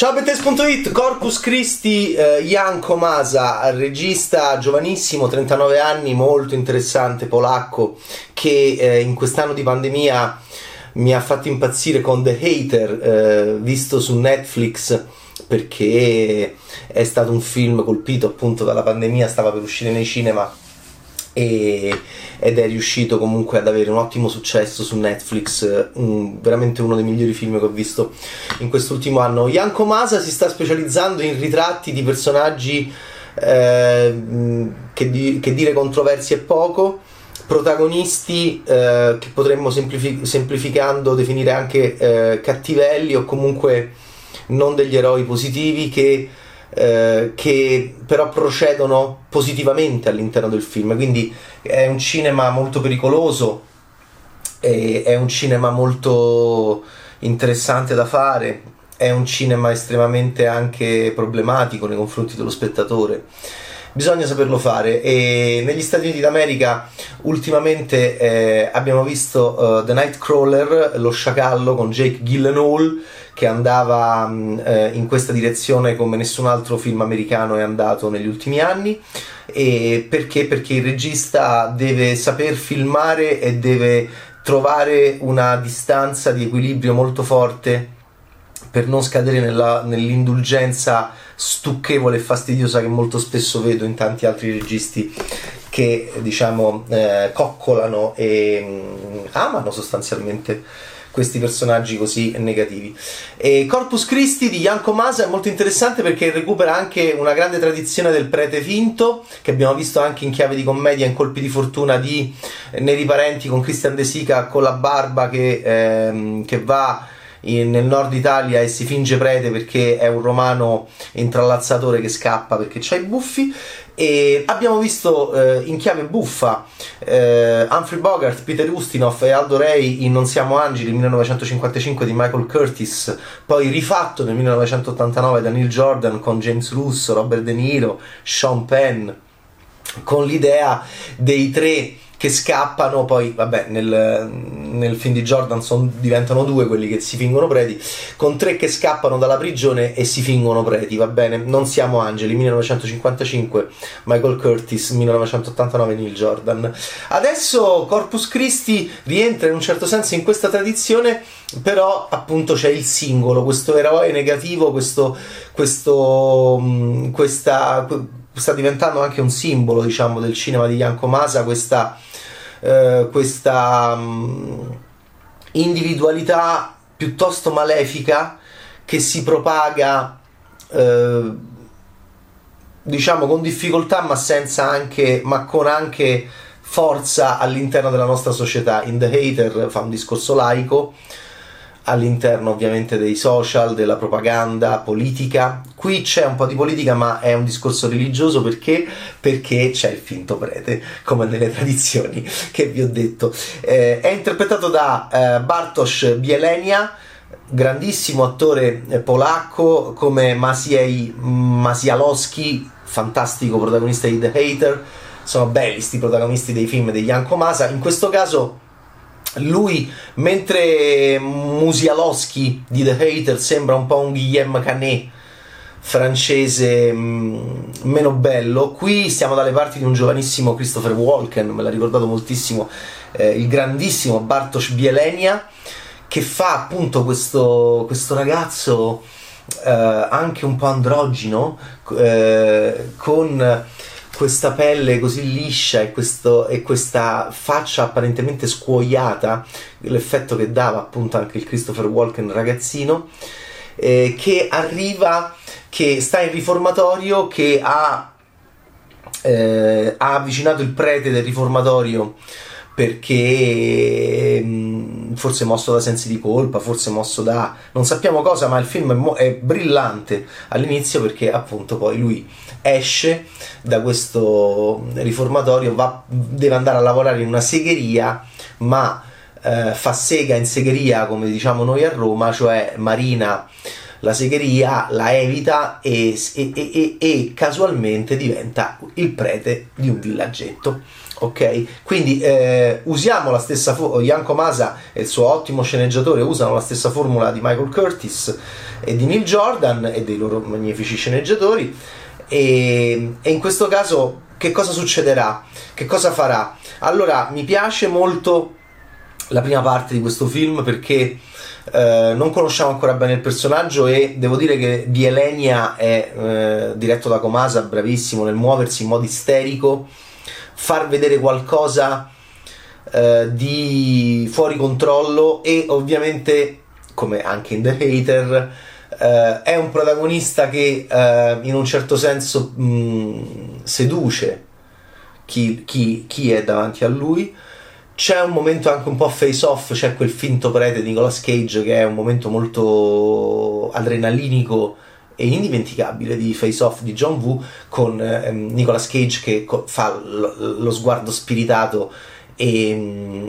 Ciao Bettes.it, Corpus Christi, Jan Komasa, regista giovanissimo, 39 anni, molto interessante, polacco, che in quest'anno di pandemia mi ha fatto impazzire con The Hater, visto su Netflix, perché è stato un film colpito appunto dalla pandemia, stava per uscire nei cinema ed è riuscito comunque ad avere un ottimo successo su Netflix, veramente uno dei migliori film che ho visto in quest'ultimo anno. Jan Komasa si sta specializzando in ritratti di personaggi che dire controversi è poco, protagonisti che potremmo semplificando definire anche cattivelli o comunque non degli eroi positivi che però procedono positivamente all'interno del film. Quindi è un cinema molto pericoloso, è un cinema molto interessante da fare, è un cinema estremamente anche problematico nei confronti dello spettatore. Bisogna saperlo fare, e negli Stati Uniti d'America ultimamente abbiamo visto The Nightcrawler, lo sciacallo, con Jake Gyllenhaal, che andava in questa direzione come nessun altro film americano è andato negli ultimi anni. E perché? Perché il regista deve saper filmare e deve trovare una distanza di equilibrio molto forte per non scadere nell'indulgenza stucchevole e fastidiosa che molto spesso vedo in tanti altri registi che diciamo coccolano e amano sostanzialmente questi personaggi così negativi. E Corpus Christi di Jan Komasa è molto interessante perché recupera anche una grande tradizione del prete finto, che abbiamo visto anche in chiave di commedia in Colpi di fortuna di Neri Parenti, con Christian De Sica con la barba che va nel nord Italia e si finge prete perché è un romano intrallazzatore che scappa perché c'ha i buffi. E abbiamo visto in chiave buffa Humphrey Bogart, Peter Ustinov e Aldo Ray in Non siamo angeli 1955 di Michael Curtis, poi rifatto nel 1989 da Neil Jordan con James Russo, Robert De Niro, Sean Penn, con l'idea dei tre che scappano. Poi vabbè, nel film di Jordan diventano due quelli che si fingono preti, con tre che scappano dalla prigione e si fingono preti, va bene. Non siamo angeli 1955 Michael Curtis, 1989 Neil Jordan. Adesso Corpus Christi rientra in un certo senso in questa tradizione, però appunto c'è il singolo, questo eroe negativo, sta diventando anche un simbolo, diciamo, del cinema di Jan Komasa, questa individualità piuttosto malefica che si propaga diciamo con difficoltà ma con anche forza all'interno della nostra società. In The Hater fa un discorso laico all'interno ovviamente dei social, della propaganda politica. Qui c'è un po' di politica, ma è un discorso religioso perché c'è il finto prete, come nelle tradizioni che vi ho detto. È interpretato da Bartosz Bielenia, grandissimo attore polacco, come Maciej Masialowski, fantastico protagonista di The Hater. Sono belli sti protagonisti dei film di Jan Komasa. In questo caso lui, mentre Musialowski di The Hater sembra un po' un Guillaume Canet francese meno bello, qui siamo dalle parti di un giovanissimo Christopher Walken, me l'ha ricordato moltissimo il grandissimo Bartosz Bielenia, che fa appunto questo ragazzo anche un po' androgino, con questa pelle così liscia e questa faccia apparentemente scuoiata, l'effetto che dava appunto anche il Christopher Walken ragazzino, che arriva, che sta in riformatorio, che ha avvicinato il prete del riformatorio perché forse mosso da sensi di colpa, forse mosso da non sappiamo cosa, ma il film è brillante all'inizio perché appunto poi lui esce da questo riformatorio, deve andare a lavorare in una segheria, ma fa sega in segheria, come diciamo noi a Roma, cioè marina la segheria, la evita e casualmente diventa il prete di un villaggetto. Ok, quindi usiamo la stessa Jan Komasa e il suo ottimo sceneggiatore usano la stessa formula di Michael Curtis e di Neil Jordan e dei loro magnifici sceneggiatori, e in questo caso che cosa succederà? Che cosa farà? Allora, mi piace molto la prima parte di questo film perché non conosciamo ancora bene il personaggio, e devo dire che Bielenia è diretto da Komasa, bravissimo nel muoversi in modo isterico, far vedere qualcosa di fuori controllo, e ovviamente, come anche in The Hater, è un protagonista che in un certo senso seduce chi è davanti a lui. C'è un momento anche un po' face off, c'è quel finto prete di Nicolas Cage che è un momento molto adrenalinico e indimenticabile di Face Off di John Woo, con Nicolas Cage che fa lo sguardo spiritato e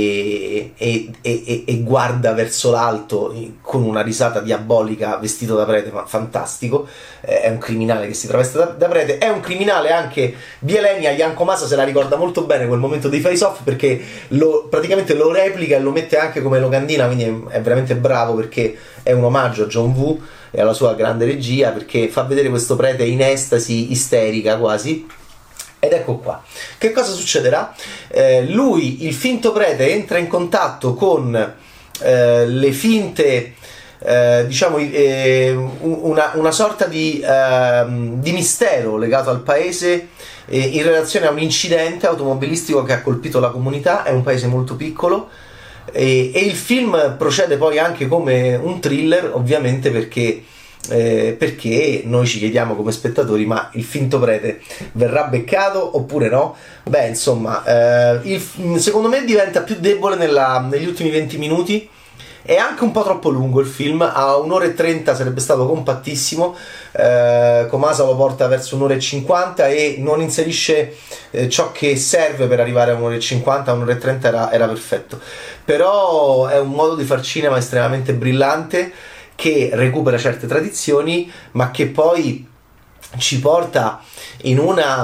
guarda verso l'alto con una risata diabolica, vestito da prete, ma fantastico. È un criminale che si traveste da prete. È un criminale anche Bielenia. Jan Komasa se la ricorda molto bene quel momento di Face Off, perché praticamente lo replica e lo mette anche come locandina, quindi è veramente bravo, perché è un omaggio a John Woo e alla sua grande regia, perché fa vedere questo prete in estasi isterica quasi. Ed ecco qua, che cosa succederà? Lui, il finto prete, entra in contatto con le finte, diciamo, una sorta di mistero legato al paese in relazione a un incidente automobilistico che ha colpito la comunità. È un paese molto piccolo, e il film procede poi anche come un thriller, ovviamente, perché noi ci chiediamo come spettatori: ma il finto prete verrà beccato oppure no? Beh, insomma, secondo me diventa più debole negli ultimi 20 minuti. È anche un po' troppo lungo il film, a 1 ora e 30 sarebbe stato compattissimo. Komasa lo porta verso 1 ora e 50 e non inserisce ciò che serve per arrivare a 1 ora e 50. A 1 ora e 30 era perfetto. Però è un modo di far cinema estremamente brillante, che recupera certe tradizioni, ma che poi ci porta in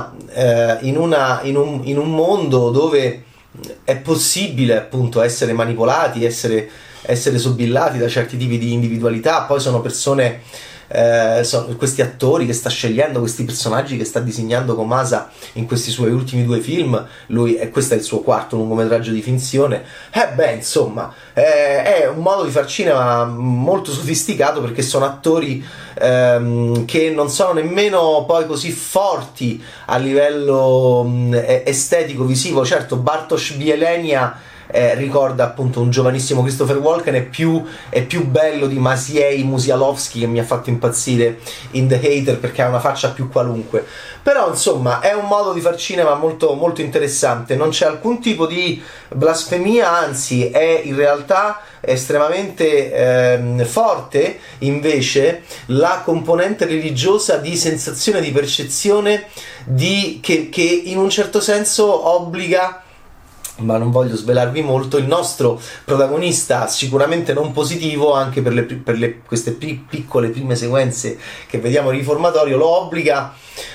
un mondo dove è possibile appunto essere manipolati, essere sobillati da certi tipi di individualità. Poi sono persone, questi attori che sta scegliendo, questi personaggi che sta disegnando Komasa in questi suoi ultimi 2 film. Questo è il suo 4º lungometraggio di finzione. Beh, insomma, è un modo di far cinema molto sofisticato, perché sono attori che non sono nemmeno poi così forti a livello estetico visivo. Certo, Bartosz Bielenia ricorda appunto un giovanissimo Christopher Walken, è più bello di Maciej Musialowski, che mi ha fatto impazzire in The Hater, perché ha una faccia più qualunque. Però insomma è un modo di far cinema molto, molto interessante, non c'è alcun tipo di blasfemia, anzi è in realtà estremamente forte invece la componente religiosa di sensazione, di percezione, che in un certo senso obbliga, ma non voglio svelarvi molto, il nostro protagonista, sicuramente non positivo, anche per queste piccole prime sequenze che vediamo in riformatorio, lo obbliga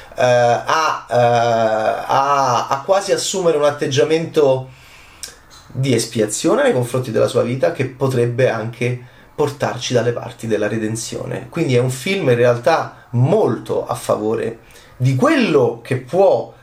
a quasi assumere un atteggiamento di espiazione nei confronti della sua vita, che potrebbe anche portarci dalle parti della redenzione. Quindi è un film in realtà molto a favore di quello che può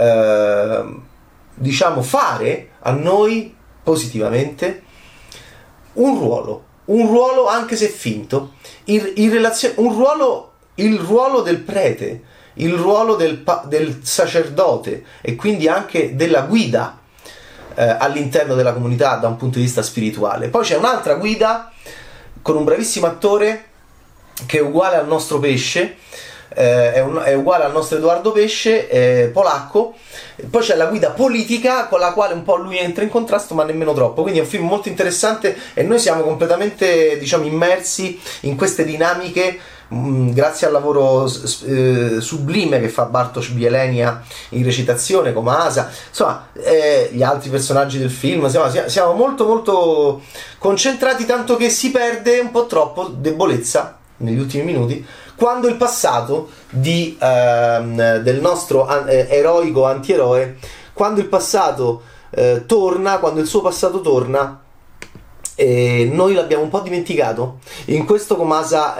diciamo fare a noi positivamente un ruolo anche se finto, il ruolo del prete, il ruolo del sacerdote, e quindi anche della guida all'interno della comunità da un punto di vista spirituale. Poi c'è un'altra guida con un bravissimo attore che è uguale al nostro Pesce, è uguale al nostro Edoardo Pesce, polacco. Poi c'è la guida politica con la quale un po' lui entra in contrasto, ma nemmeno troppo. Quindi è un film molto interessante e noi siamo completamente, diciamo, immersi in queste dinamiche grazie al lavoro sublime che fa Bartosz Bielenia in recitazione, Komasa, insomma, gli altri personaggi del film. Siamo molto molto concentrati, tanto che si perde un po' troppo debolezza negli ultimi minuti, quando il passato del nostro eroico antieroe quando il passato torna, quando il suo passato torna, noi l'abbiamo un po' dimenticato. In questo Komasa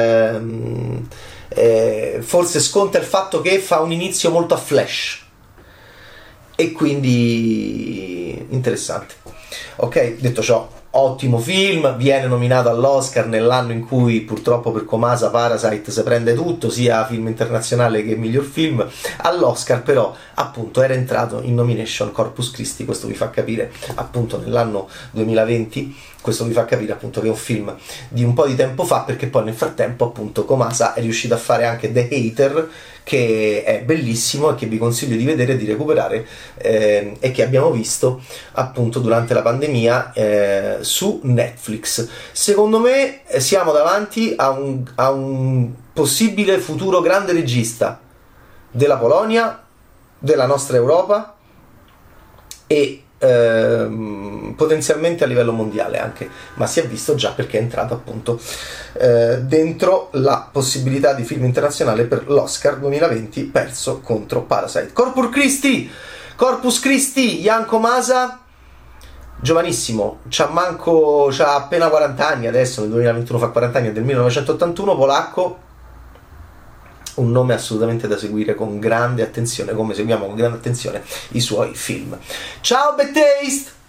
forse sconta il fatto che fa un inizio molto a flash, e quindi interessante. Ok, detto ciò, ottimo film, viene nominato all'Oscar nell'anno in cui purtroppo per Komasa Parasite si prende tutto, sia film internazionale che miglior film. All'Oscar però appunto era entrato in nomination Corpus Christi, questo vi fa capire appunto nell'anno 2020, questo vi fa capire appunto che è un film di un po' di tempo fa, perché poi nel frattempo appunto Komasa è riuscito a fare anche The Hater, che è bellissimo e che vi consiglio di vedere e di recuperare, e che abbiamo visto appunto durante la pandemia su Netflix. Secondo me siamo davanti a un possibile futuro grande regista della Polonia, della nostra Europa e potenzialmente a livello mondiale anche, ma si è visto già perché è entrato appunto dentro la possibilità di film internazionale per l'Oscar 2020, perso contro Parasite. Corpus Christi, Jan Komasa, giovanissimo, c'ha appena 40 anni adesso, nel 2021 fa 40 anni, è del 1981, polacco, un nome assolutamente da seguire con grande attenzione, come seguiamo con grande attenzione i suoi film. Ciao Bad Taste!